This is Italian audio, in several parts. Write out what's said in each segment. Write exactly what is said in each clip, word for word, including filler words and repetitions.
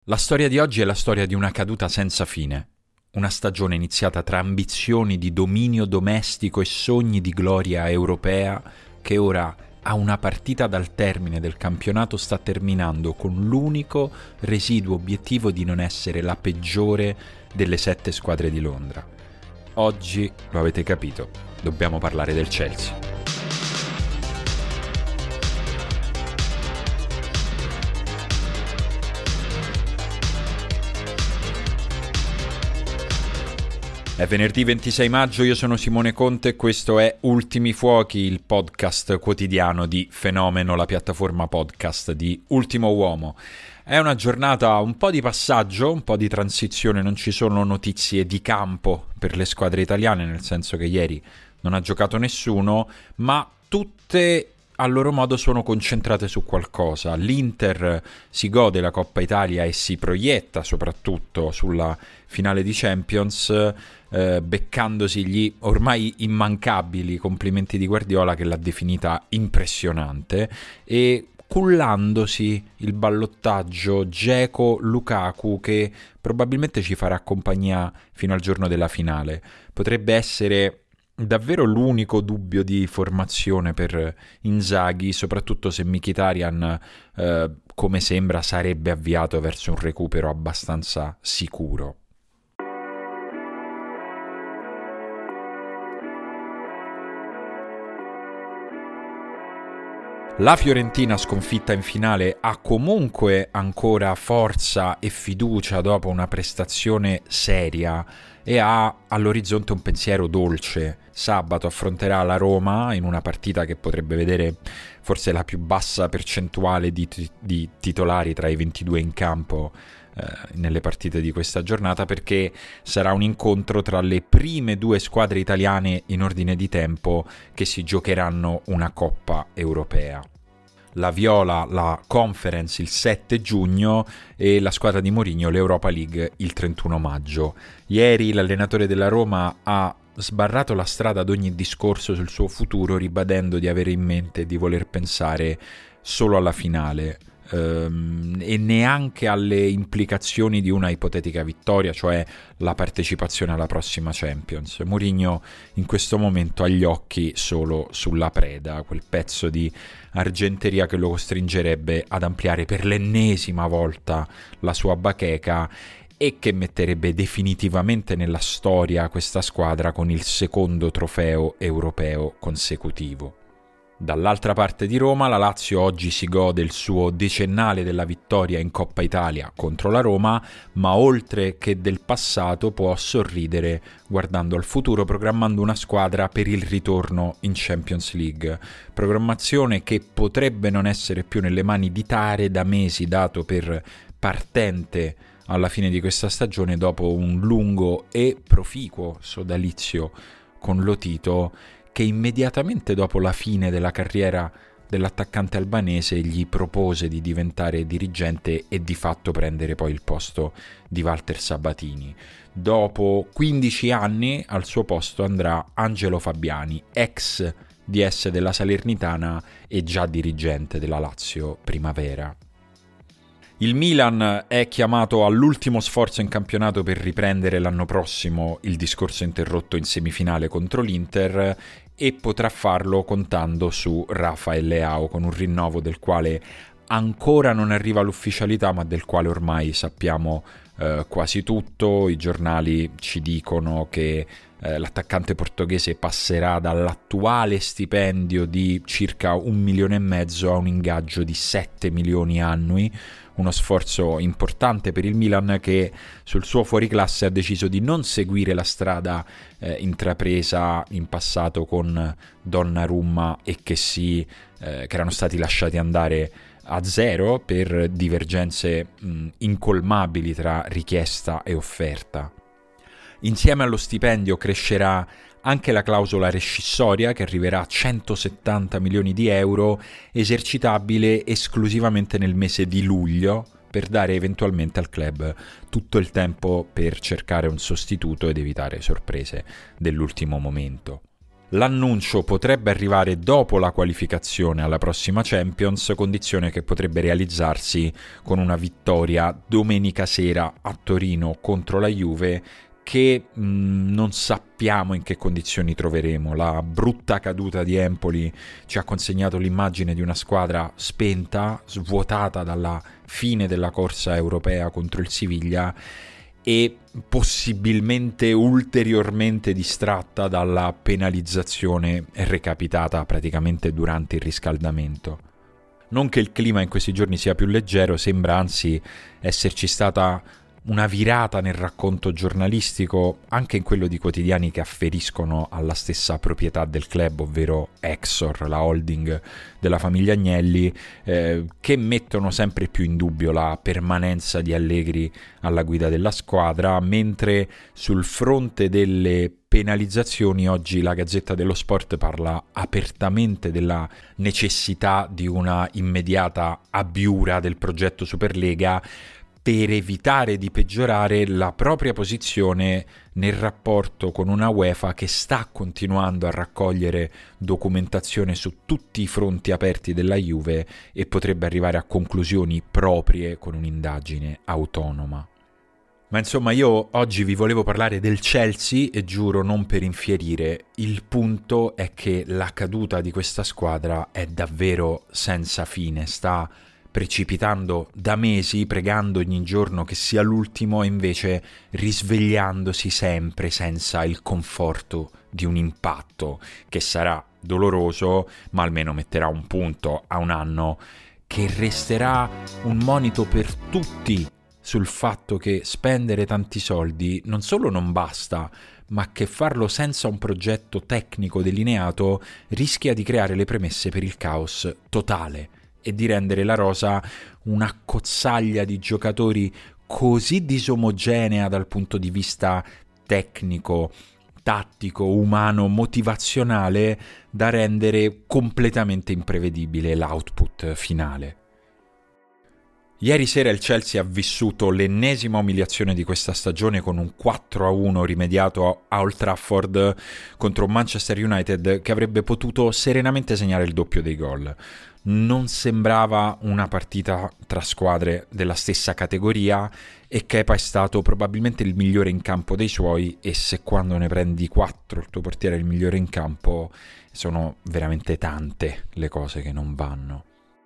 La storia di oggi è la storia di una caduta senza fine. Una stagione iniziata tra ambizioni di dominio domestico e sogni di gloria europea che ora, a una partita dal termine del campionato, sta terminando con l'unico residuo obiettivo di non essere la peggiore delle sette squadre di Londra. Oggi, lo avete capito, dobbiamo parlare del Chelsea. È venerdì ventisei maggio, io sono Simone Conte e questo è Ultimi Fuochi, il podcast quotidiano di Fenomeno, la piattaforma podcast di Ultimo Uomo. È una giornata un po' di passaggio, un po' di transizione, non ci sono notizie di campo per le squadre italiane, nel senso che ieri non ha giocato nessuno, ma tutte a loro modo sono concentrate su qualcosa. L'Inter si gode la Coppa Italia e si proietta soprattutto sulla finale di Champions, eh, beccandosi gli ormai immancabili complimenti di Guardiola, che l'ha definita impressionante, e cullandosi il ballottaggio Dzeko-Lukaku, che probabilmente ci farà compagnia fino al giorno della finale. Potrebbe essere davvero l'unico dubbio di formazione per Inzaghi, soprattutto se Mkhitaryan, eh, come sembra, sarebbe avviato verso un recupero abbastanza sicuro. La Fiorentina, sconfitta in finale, ha comunque ancora forza e fiducia dopo una prestazione seria e ha all'orizzonte un pensiero dolce. Sabato affronterà la Roma in una partita che potrebbe vedere forse la più bassa percentuale di, t- di titolari tra i ventidue in campo eh, nelle partite di questa giornata, perché sarà un incontro tra le prime due squadre italiane in ordine di tempo che si giocheranno una Coppa Europea. La Viola la Conference il sette giugno e la squadra di Mourinho l'Europa League il trentuno maggio. Ieri l'allenatore della Roma ha sbarrato la strada ad ogni discorso sul suo futuro, ribadendo di avere in mente di voler pensare solo alla finale ehm, e neanche alle implicazioni di una ipotetica vittoria, cioè la partecipazione alla prossima Champions. Mourinho in questo momento ha gli occhi solo sulla preda, quel pezzo di argenteria che lo costringerebbe ad ampliare per l'ennesima volta la sua bacheca e che metterebbe definitivamente nella storia questa squadra con il secondo trofeo europeo consecutivo. Dall'altra parte di Roma, la Lazio oggi si gode il suo decennale della vittoria in Coppa Italia contro la Roma, ma oltre che del passato può sorridere guardando al futuro, programmando una squadra per il ritorno in Champions League. Programmazione che potrebbe non essere più nelle mani di Tare da mesi, dato per partente alla fine di questa stagione dopo un lungo e proficuo sodalizio con Lotito, che immediatamente dopo la fine della carriera dell'attaccante albanese gli propose di diventare dirigente e di fatto prendere poi il posto di Walter Sabatini. Dopo quindici anni al suo posto andrà Angelo Fabiani, ex D S della Salernitana e già dirigente della Lazio Primavera. Il Milan è chiamato all'ultimo sforzo in campionato per riprendere l'anno prossimo il discorso interrotto in semifinale contro l'Inter e potrà farlo contando su Rafael Leao, con un rinnovo del quale ancora non arriva l'ufficialità, ma del quale ormai sappiamo eh, quasi tutto. I giornali ci dicono che eh, l'attaccante portoghese passerà dall'attuale stipendio di circa un milione e mezzo a un ingaggio di sette milioni annui. Uno sforzo importante per il Milan, che sul suo fuoriclasse ha deciso di non seguire la strada eh, intrapresa in passato con Donnarumma e Kessie, eh, che erano stati lasciati andare a zero per divergenze mh, incolmabili tra richiesta e offerta. Insieme allo stipendio crescerà anche la clausola rescissoria, che arriverà a centosettanta milioni di euro, esercitabile esclusivamente nel mese di luglio, per dare eventualmente al club tutto il tempo per cercare un sostituto ed evitare sorprese dell'ultimo momento. L'annuncio potrebbe arrivare dopo la qualificazione alla prossima Champions, condizione che potrebbe realizzarsi con una vittoria domenica sera a Torino contro la Juve, che mh, non sappiamo in che condizioni troveremo. La brutta caduta di Empoli ci ha consegnato l'immagine di una squadra spenta, svuotata dalla fine della corsa europea contro il Siviglia e possibilmente ulteriormente distratta dalla penalizzazione recapitata praticamente durante il riscaldamento. Non che il clima in questi giorni sia più leggero, sembra anzi esserci stata una virata nel racconto giornalistico, anche in quello di quotidiani che afferiscono alla stessa proprietà del club, ovvero Exor, la holding della famiglia Agnelli, eh, che mettono sempre più in dubbio la permanenza di Allegri alla guida della squadra, mentre sul fronte delle penalizzazioni oggi la Gazzetta dello Sport parla apertamente della necessità di una immediata abiura del progetto Superlega per evitare di peggiorare la propria posizione nel rapporto con una UEFA che sta continuando a raccogliere documentazione su tutti i fronti aperti della Juve e potrebbe arrivare a conclusioni proprie con un'indagine autonoma. Ma insomma, io oggi vi volevo parlare del Chelsea e giuro non per infierire, il punto è che la caduta di questa squadra è davvero senza fine, sta precipitando da mesi, pregando ogni giorno che sia l'ultimo e invece risvegliandosi sempre senza il conforto di un impatto che sarà doloroso, ma almeno metterà un punto a un anno che resterà un monito per tutti sul fatto che spendere tanti soldi non solo non basta, ma che farlo senza un progetto tecnico delineato rischia di creare le premesse per il caos totale e di rendere la rosa un'accozzaglia di giocatori così disomogenea dal punto di vista tecnico, tattico, umano, motivazionale da rendere completamente imprevedibile l'output finale. Ieri sera il Chelsea ha vissuto l'ennesima umiliazione di questa stagione con un quattro a uno rimediato a Old Trafford contro un Manchester United che avrebbe potuto serenamente segnare il doppio dei gol. Non sembrava una partita tra squadre della stessa categoria e Kepa è stato probabilmente il migliore in campo dei suoi, e se quando ne prendi quattro il tuo portiere è il migliore in campo, sono veramente tante le cose che non vanno.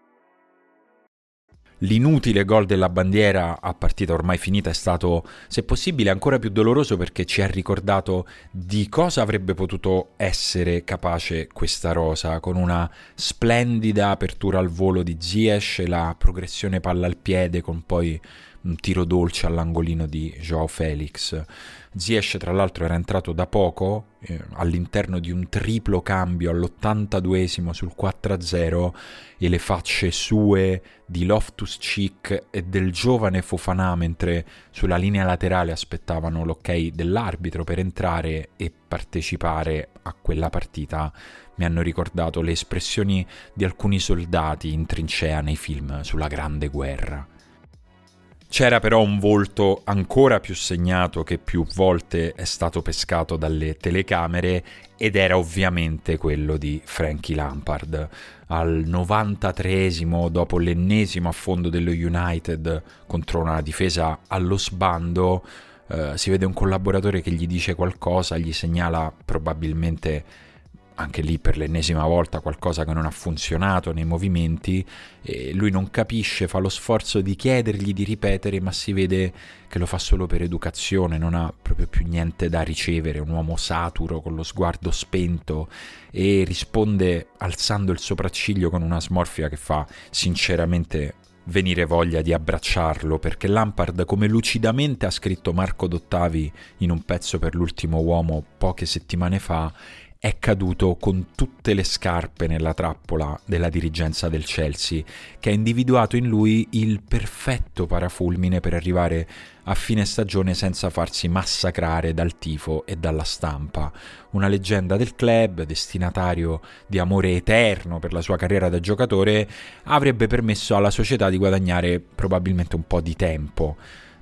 L'inutile gol della bandiera a partita ormai finita è stato, se possibile, ancora più doloroso perché ci ha ricordato di cosa avrebbe potuto essere capace questa rosa, con una splendida apertura al volo di Ziyech, la progressione palla al piede con poi un tiro dolce all'angolino di João Felix. Ziyech tra l'altro era entrato da poco eh, all'interno di un triplo cambio all'ottantaduesimo sul quattro a zero e le facce sue di Loftus-Cheek e del giovane Fofana mentre sulla linea laterale aspettavano l'ok dell'arbitro per entrare e partecipare a quella partita mi hanno ricordato le espressioni di alcuni soldati in trincea nei film sulla Grande Guerra. C'era però un volto ancora più segnato che più volte è stato pescato dalle telecamere ed era ovviamente quello di Frankie Lampard. Al novantatreesimo, dopo l'ennesimo affondo dello United contro una difesa allo sbando, eh, si vede un collaboratore che gli dice qualcosa, gli segnala probabilmente anche lì per l'ennesima volta qualcosa che non ha funzionato nei movimenti, e lui non capisce, fa lo sforzo di chiedergli di ripetere, ma si vede che lo fa solo per educazione, non ha proprio più niente da ricevere, un uomo saturo con lo sguardo spento, e risponde alzando il sopracciglio con una smorfia che fa sinceramente venire voglia di abbracciarlo, perché Lampard, come lucidamente ha scritto Marco Dottavi in un pezzo per l'Ultimo Uomo poche settimane fa, è caduto con tutte le scarpe nella trappola della dirigenza del Chelsea, che ha individuato in lui il perfetto parafulmine per arrivare a fine stagione senza farsi massacrare dal tifo e dalla stampa. Una leggenda del club, destinatario di amore eterno per la sua carriera da giocatore, avrebbe permesso alla società di guadagnare probabilmente un po' di tempo.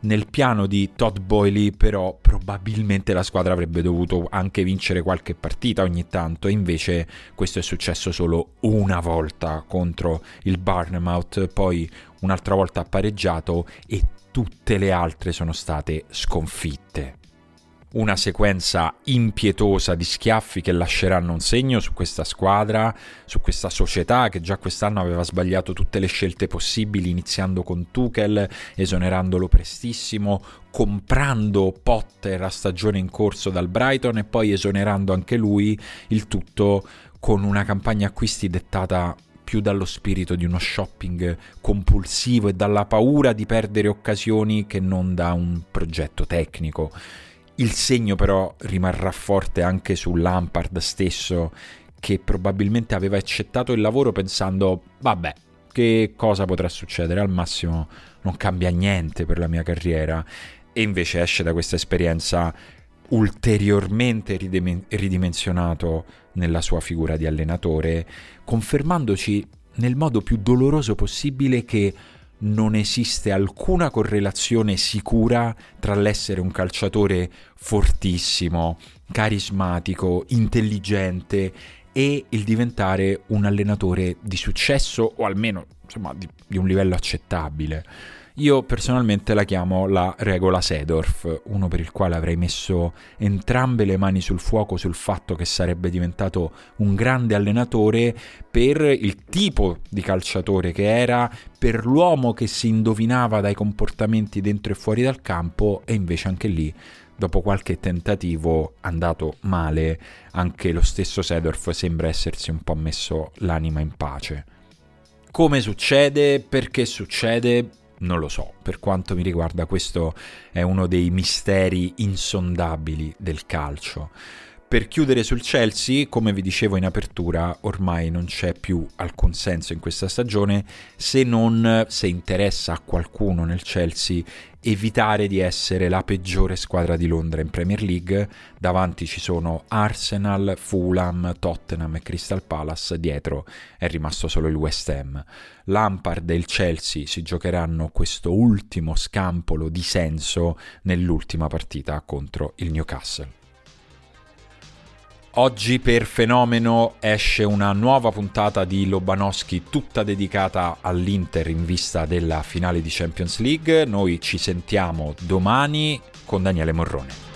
Nel piano di Todd Boehly però probabilmente la squadra avrebbe dovuto anche vincere qualche partita ogni tanto, e invece questo è successo solo una volta contro il Bournemouth, poi un'altra volta ha pareggiato e tutte le altre sono state sconfitte. Una sequenza impietosa di schiaffi che lasceranno un segno su questa squadra, su questa società che già quest'anno aveva sbagliato tutte le scelte possibili, iniziando con Tuchel, esonerandolo prestissimo, comprando Potter a stagione in corso dal Brighton e poi esonerando anche lui, il tutto con una campagna acquisti dettata più dallo spirito di uno shopping compulsivo e dalla paura di perdere occasioni che non da un progetto tecnico. Il segno però rimarrà forte anche su Lampard stesso, che probabilmente aveva accettato il lavoro pensando vabbè, che cosa potrà succedere, al massimo non cambia niente per la mia carriera, e invece esce da questa esperienza ulteriormente ridimensionato nella sua figura di allenatore, confermandoci nel modo più doloroso possibile che non esiste alcuna correlazione sicura tra l'essere un calciatore fortissimo, carismatico, intelligente e il diventare un allenatore di successo, o almeno insomma di, di un livello accettabile. Io personalmente la chiamo la regola Seedorf, uno per il quale avrei messo entrambe le mani sul fuoco sul fatto che sarebbe diventato un grande allenatore per il tipo di calciatore che era, per l'uomo che si indovinava dai comportamenti dentro e fuori dal campo, e invece anche lì, dopo qualche tentativo andato male, anche lo stesso Seedorf sembra essersi un po' messo l'anima in pace. Come succede? Perché succede? Non lo so, per quanto mi riguarda questo è uno dei misteri insondabili del calcio. Per chiudere sul Chelsea, come vi dicevo in apertura, ormai non c'è più alcun senso in questa stagione, se non, se interessa a qualcuno nel Chelsea, evitare di essere la peggiore squadra di Londra in Premier League. Davanti ci sono Arsenal, Fulham, Tottenham e Crystal Palace, dietro è rimasto solo il West Ham. Lampard e il Chelsea si giocheranno questo ultimo scampolo di senso nell'ultima partita contro il Newcastle. Oggi per Fenomeno esce una nuova puntata di Lobanowski tutta dedicata all'Inter in vista della finale di Champions League. Noi ci sentiamo domani con Daniele Morrone.